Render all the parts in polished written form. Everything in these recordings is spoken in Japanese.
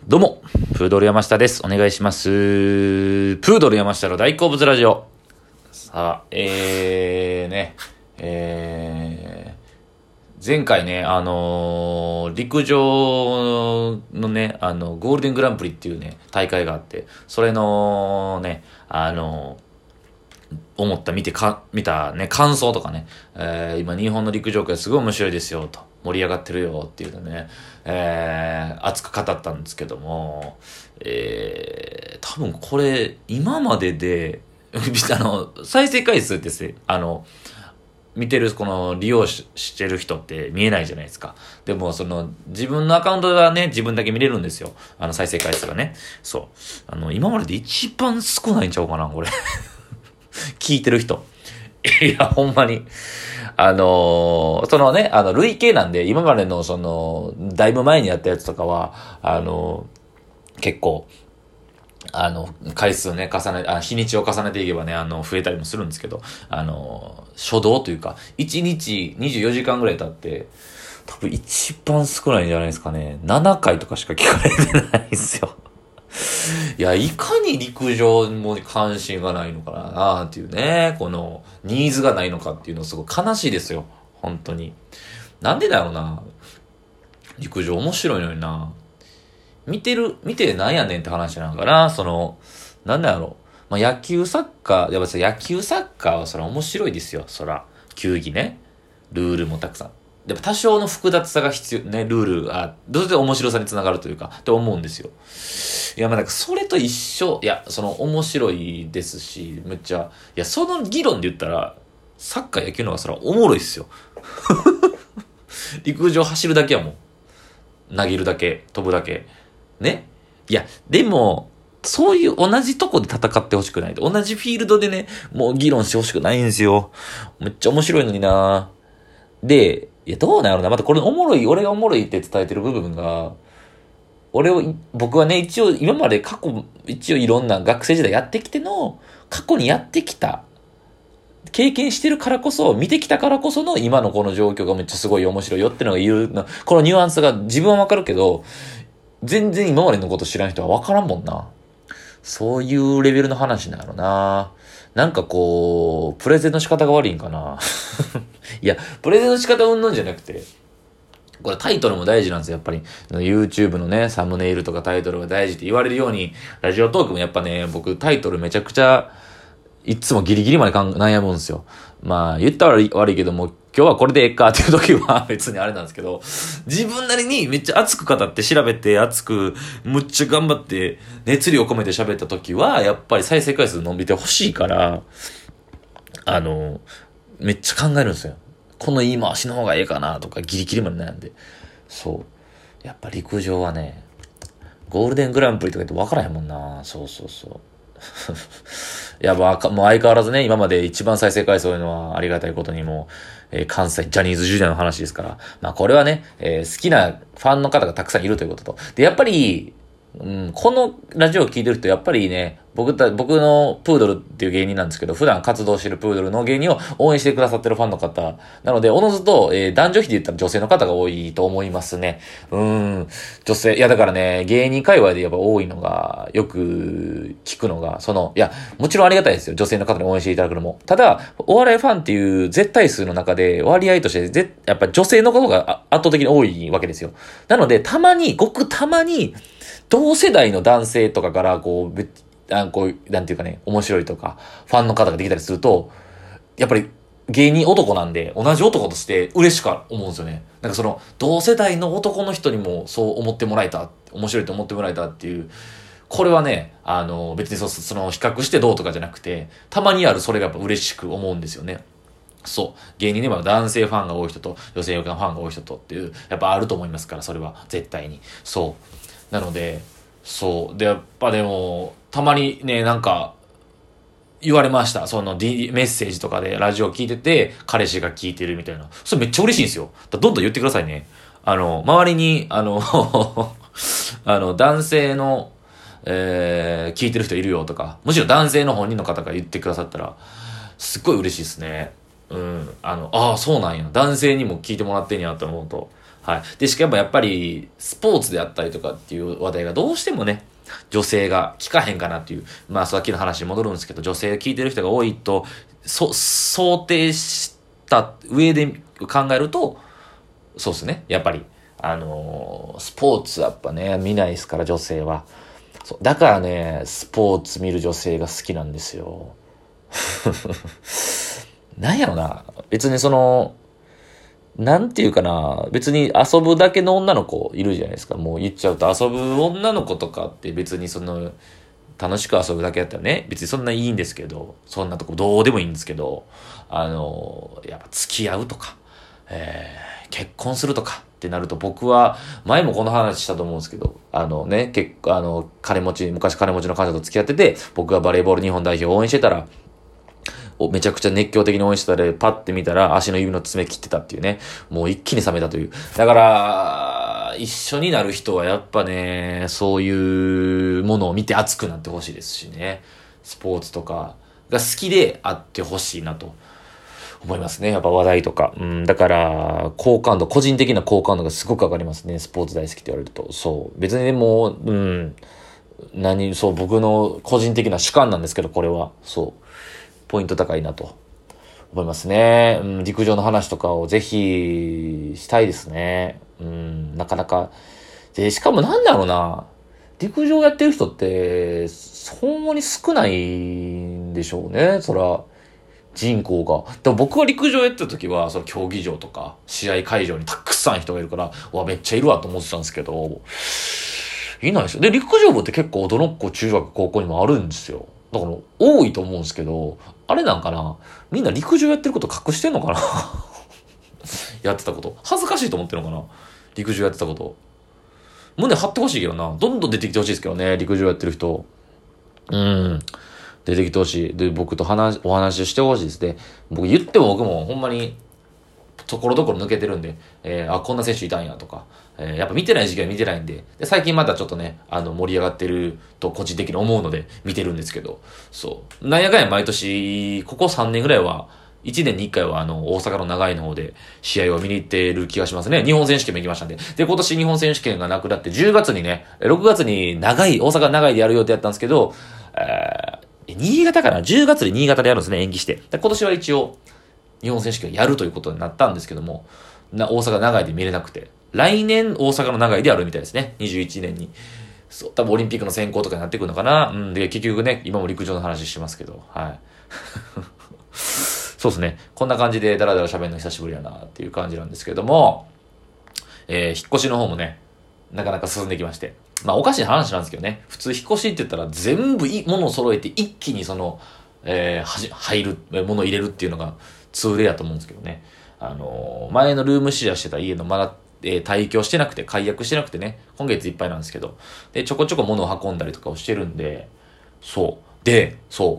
どうも、プードル山下です。お願いします。プードル山下の大好物ラジオ。さあ、前回ね、陸上のね、ゴールデングランプリっていうね、大会があって、それのね、見たね、感想とかね、今日本の陸上界すごい面白いですよ、と。盛り上がってるよっていうのね、熱く語ったんですけども、多分これ、今までで、再生回数ってですね、見てる、この、利用してる人って見えないじゃないですか。でも、自分のアカウントがね、自分だけ見れるんですよ。再生回数がね。そう。今までで一番少ないんちゃうかな、これ。聞いてる人。いや、ほんまに。累計なんで、今までのだいぶ前にやったやつとかは、結構、回数ね、日にちを重ねていけばね、増えたりもするんですけど、初動というか、1日24時間ぐらい経って、多分一番少ないんじゃないですかね。7回とかしか聞かれてないんですよ。いや、いかに陸上も関心がないのかなっていうね、この、ニーズがないのかっていうのすごい悲しいですよ。本当に。なんでだろうな。陸上面白いのにな。見てなんやねんって話なんかな。なんだろう。まあ、野球サッカーはそら面白いですよ。そら。球技ね。ルールもたくさん。でも多少の複雑さが必要、ね、ルールが、どうして面白さにつながるというか、って思うんですよ。いや、まあ、それと一緒、いや、面白いですし、めっちゃ、いや、その議論で言ったら、サッカー野球の方がそらおもろいっすよ。陸上走るだけはもう、投げるだけ、飛ぶだけ。ね。いや、でも、そういう同じとこで戦ってほしくない。同じフィールドでね、もう議論してほしくないんですよ。めっちゃ面白いのにな。で、いや、どうなんやろな。またこれ俺がおもろいって伝えてる部分が、僕はね、一応いろんな学生時代やってきての、過去にやってきた、経験してるからこそ、見てきたからこその今のこの状況がめっちゃすごい面白いよってのが言うの、このニュアンスが自分はわかるけど、全然今までのこと知らん人はわからんもんな。そういうレベルの話なのな。なんかこう、プレゼンの仕方が悪いんかな。いや、プレゼンの仕方うんぬんじゃなくて、これタイトルも大事なんですよ、やっぱり。YouTube のね、サムネイルとかタイトルが大事って言われるように、ラジオトークもやっぱね、僕タイトルめちゃくちゃ、いつもギリギリまで悩むんですよ。まあ、言ったら悪いけども、今日はこれでええかっていう時は別にあれなんですけど、自分なりにめっちゃ熱く語って調べてむっちゃ頑張って熱量を込めて喋った時は、やっぱり再生回数伸びてほしいから、めっちゃ考えるんですよ。この言い回しの方がええかなとかギリギリまで悩んで。そう。やっぱ陸上はね、ゴールデングランプリとか言って分からへんもんな。そう。いや、もう相変わらずね、今まで一番再生回数多いのはありがたいことにも、関西ジャニーズジュニアの話ですから。まあこれはね、好きなファンの方がたくさんいるということと。で、やっぱり、このラジオを聞いてる人、やっぱりね、僕のプードルっていう芸人なんですけど、普段活動してるプードルの芸人を応援してくださってるファンの方。なので、おのずと、男女比で言ったら女性の方が多いと思いますね。女性、いやだからね、芸人界隈でやっぱ多いのが、よく聞くのが、いや、もちろんありがたいですよ。女性の方に応援していただくのも。ただ、お笑いファンっていう絶対数の中で、割合としてやっぱ女性のことが圧倒的に多いわけですよ。なので、ごくたまに、同世代の男性とかから、なんていうかね、面白いとか、ファンの方ができたりすると、やっぱり芸人男なんで、同じ男として嬉しく思うんですよね。なんか同世代の男の人にもそう思ってもらえた、面白いと思ってもらえたっていう、これはね、別に比較してどうとかじゃなくて、たまにあるそれがやっぱ嬉しく思うんですよね。そう。芸人でも男性ファンが多い人と女性ファンが多い人とっていう、やっぱあると思いますから、それは絶対に。そう。なので、そう。で、やっぱでも、たまにね、なんか、言われました。メッセージとかでラジオ聞いてて、彼氏が聞いてるみたいな。それめっちゃ嬉しいんですよ。どんどん言ってくださいね。周りに、男性の、聞いてる人いるよとか、むしろ男性の本人の方が言ってくださったら、すっごい嬉しいですね。そうなんや。男性にも聞いてもらってんやと思うと、 はい。で、しかもやっぱり、スポーツであったりとかっていう話題がどうしてもね、女性が聞かへんかなっていう、まあさっきの話に戻るんですけど、女性聞いてる人が多いと、想定した上で考えると、そうですね。やっぱり、スポーツやっぱね、見ないですから、女性は。そう。だからね、スポーツ見る女性が好きなんですよ。なんやろな。別になんていうかな。別に遊ぶだけの女の子いるじゃないですか。もう言っちゃうと遊ぶ女の子とかって別に楽しく遊ぶだけだったらね、別にそんないいんですけど、そんなとこどうでもいいんですけど、やっぱ付き合うとか、結婚するとかってなると僕は、前もこの話したと思うんですけど、昔金持ちの彼女と付き合ってて、僕がバレーボール日本代表を応援してたら、めちゃくちゃ熱狂的に応援してたら、パッて見たら足の指の爪切ってたっていうね。もう一気に冷めたという。だから、一緒になる人はやっぱね、そういうものを見て熱くなってほしいですしね。スポーツとかが好きであってほしいなと思いますね。やっぱ話題とか。だから、個人的な好感度がすごく上がりますね。スポーツ大好きって言われると。そう。別にもう、僕の個人的な主観なんですけど、これは。そう。ポイント高いなと思いますね。陸上の話とかをぜひしたいですね。なかなか。で、しかもなんだろうな。陸上やってる人って、そんなに少ないんでしょうね。そら、人口が。でも僕が陸上やってた時は、その競技場とか、試合会場にたくさん人がいるから、めっちゃいるわと思ってたんですけど、いないですよ。で、陸上部って結構どの子中学高校にもあるんですよ。だから多いと思うんですけど、あれなんかな、みんな陸上やってること隠してんのかなやってたこと。恥ずかしいと思ってるのかな、陸上やってたこと。胸張ってほしいけどな。どんどん出てきてほしいですけどね、陸上やってる人。出てきてほしい。で、僕とお話ししてほしいですね。僕もほんまに、ところどころ抜けてるんで、こんな選手いたんやとか、やっぱ見てない時期は見てないんで、最近またちょっとね、盛り上がってると個人的に思うので見てるんですけど、そう。なんやかんや毎年、ここ3年ぐらいは、1年に1回は大阪の長いの方で試合を見に行ってる気がしますね。日本選手権も行きましたんで。で、今年日本選手権がなくなって10月にね、6月に大阪長いでやる予定やったんですけど、新潟かな ?10 月に新潟でやるんですね、延期して。で、今年は一応、日本選手権をやるということになったんですけども、大阪長いで見れなくて、来年大阪の長いでやるみたいですね。21年に。そう、多分オリンピックの選考とかになってくるのかな。で、結局ね、今も陸上の話してますけど、はい。そうですね。こんな感じでダラダラ喋るの久しぶりやなっていう感じなんですけども、引っ越しの方もね、なかなか進んできまして。まあ、おかしい話なんですけどね。普通引っ越しって言ったら全部物を揃えて一気に入る、物を入れるっていうのが通例やと思うんですけどね。前のルームシェアしてた家のまだ、退去してなくて、解約してなくてね、今月いっぱいなんですけど、で、ちょこちょこ物を運んだりとかをしてるんで、そう。で、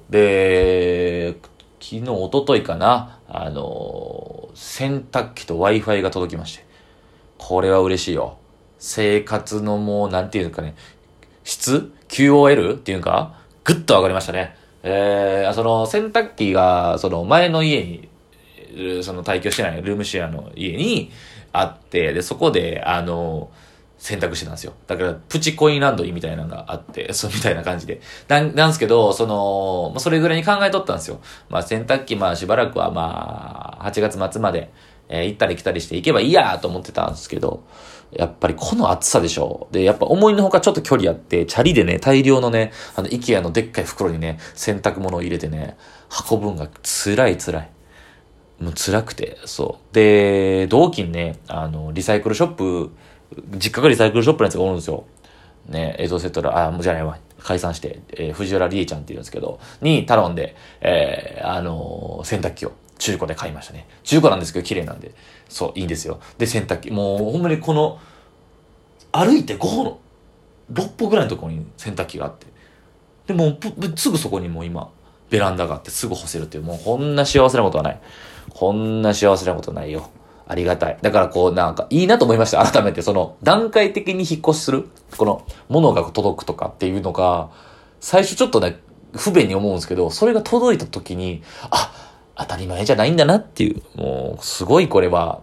昨日、一昨日かな、洗濯機と Wi-Fi が届きまして。これは嬉しいよ。生活のもう、なんていうんですかね、QOL っていうか、ぐっと上がりましたね。洗濯機が、前の家に、退去してないルームシェアの家にあって、で、そこで、洗濯してたんですよ。だから、プチコインランドリーみたいなのがあって、みたいな感じで。なんですけど、それぐらいに考えとったんですよ。まあ、洗濯機、しばらくは8月末まで、行ったり来たりして行けばいいやと思ってたんですけど、やっぱりこの暑さでしょ。で、やっぱ思いのほかちょっと距離あって、チャリでね、大量のね、IKEA のでっかい袋にね、洗濯物を入れてね、運ぶんが辛い。もう辛くて、そう。で、同期にね、リサイクルショップ、実家がリサイクルショップのやつがおるんですよ。ね、映像セットだ、もうじゃないわ。解散して、藤原理恵ちゃんって言うんですけど、に頼んで、洗濯機を中古で買いましたね。中古なんですけど綺麗なんで。そう、いいんですよ。で、洗濯機。もうほんまに歩いて5歩の、6歩ぐらいのところに洗濯機があって。で、もうすぐそこにもう今、ベランダがあってすぐ干せるっていう、もうこんな幸せなことはない。こんな幸せなことないよ。ありがたい。だからなんかいいなと思いました。改めて段階的に引っ越しする。物が届くとかっていうのが、最初ちょっとね、不便に思うんですけど、それが届いた時に、当たり前じゃないんだなっていう、もう、すごいこれは、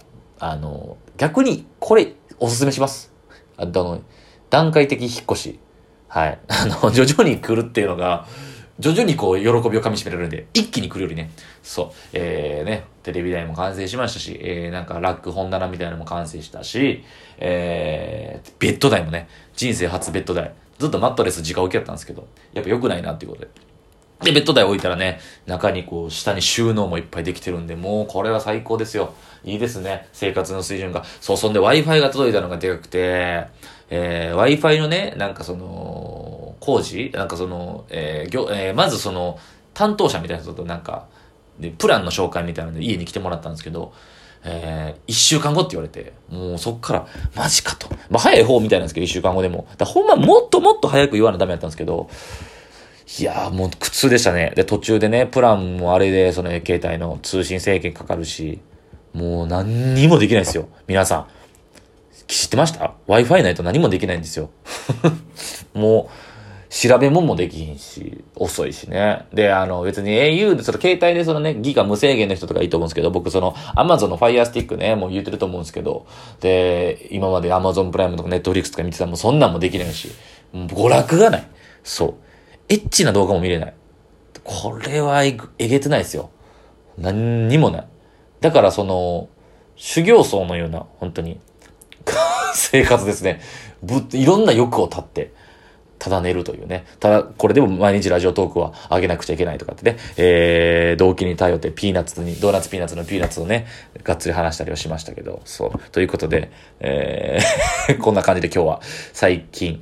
逆にこれおすすめします。段階的引っ越し。はい。徐々に来るっていうのが、徐々にこう、喜びをかみしめられるんで、一気に来るよりね。そう。テレビ台も完成しましたし、なんかラック本棚みたいなのも完成したし、ベッド台もね、人生初ベッド台。ずっとマットレス直置きやったんですけど、やっぱ良くないなっていうことで。で、ベッド台置いたらね、中にこう、下に収納もいっぱいできてるんで、もうこれは最高ですよ。いいですね。生活の水準が。そう、そんで Wi-Fi が届いたのがでかくて、Wi-Fi のね、なんかその、工事なんかその、まずその、担当者みたいな人となんか、で、プランの紹介みたいなので家に来てもらったんですけど、一週間後って言われて、もうそっから、マジかと。まあ、早い方みたいなんですけど、一週間後でも。ほんまもっともっと早く言わなダメだったんですけど、いやーもう苦痛でしたね。で、途中でね、プランもあれで、その携帯の通信制限かかるし、もう何にもできないですよ。皆さん。知ってました？ Wi-Fi ないと何もできないんですよ。もう、調べ物もできひんし、遅いしね。で、別に au で、携帯でギガ無制限の人とかいいと思うんですけど、僕Amazon の Fire Stick ね、もう言ってると思うんですけど、で、今まで Amazon プライムとか Netflix とか見てたらもうそんなんもできないし、もう娯楽がない。そう。エッチな動画も見れない。これはえげてないですよ。何にもない。だから修行僧のような、本当に、生活ですね。いろんな欲を断って、ただ寝るというね。ただ、これでも毎日ラジオトークは上げなくちゃいけないとかってね。動機に頼ってドーナツピーナッツのピーナッツをね、がっつり話したりをしましたけど、そう。ということで、こんな感じで今日は最近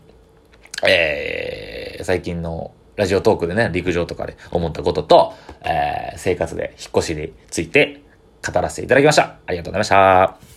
のラジオトークでね、陸上とかで思ったことと、生活で引っ越しについて語らせていただきました。ありがとうございました。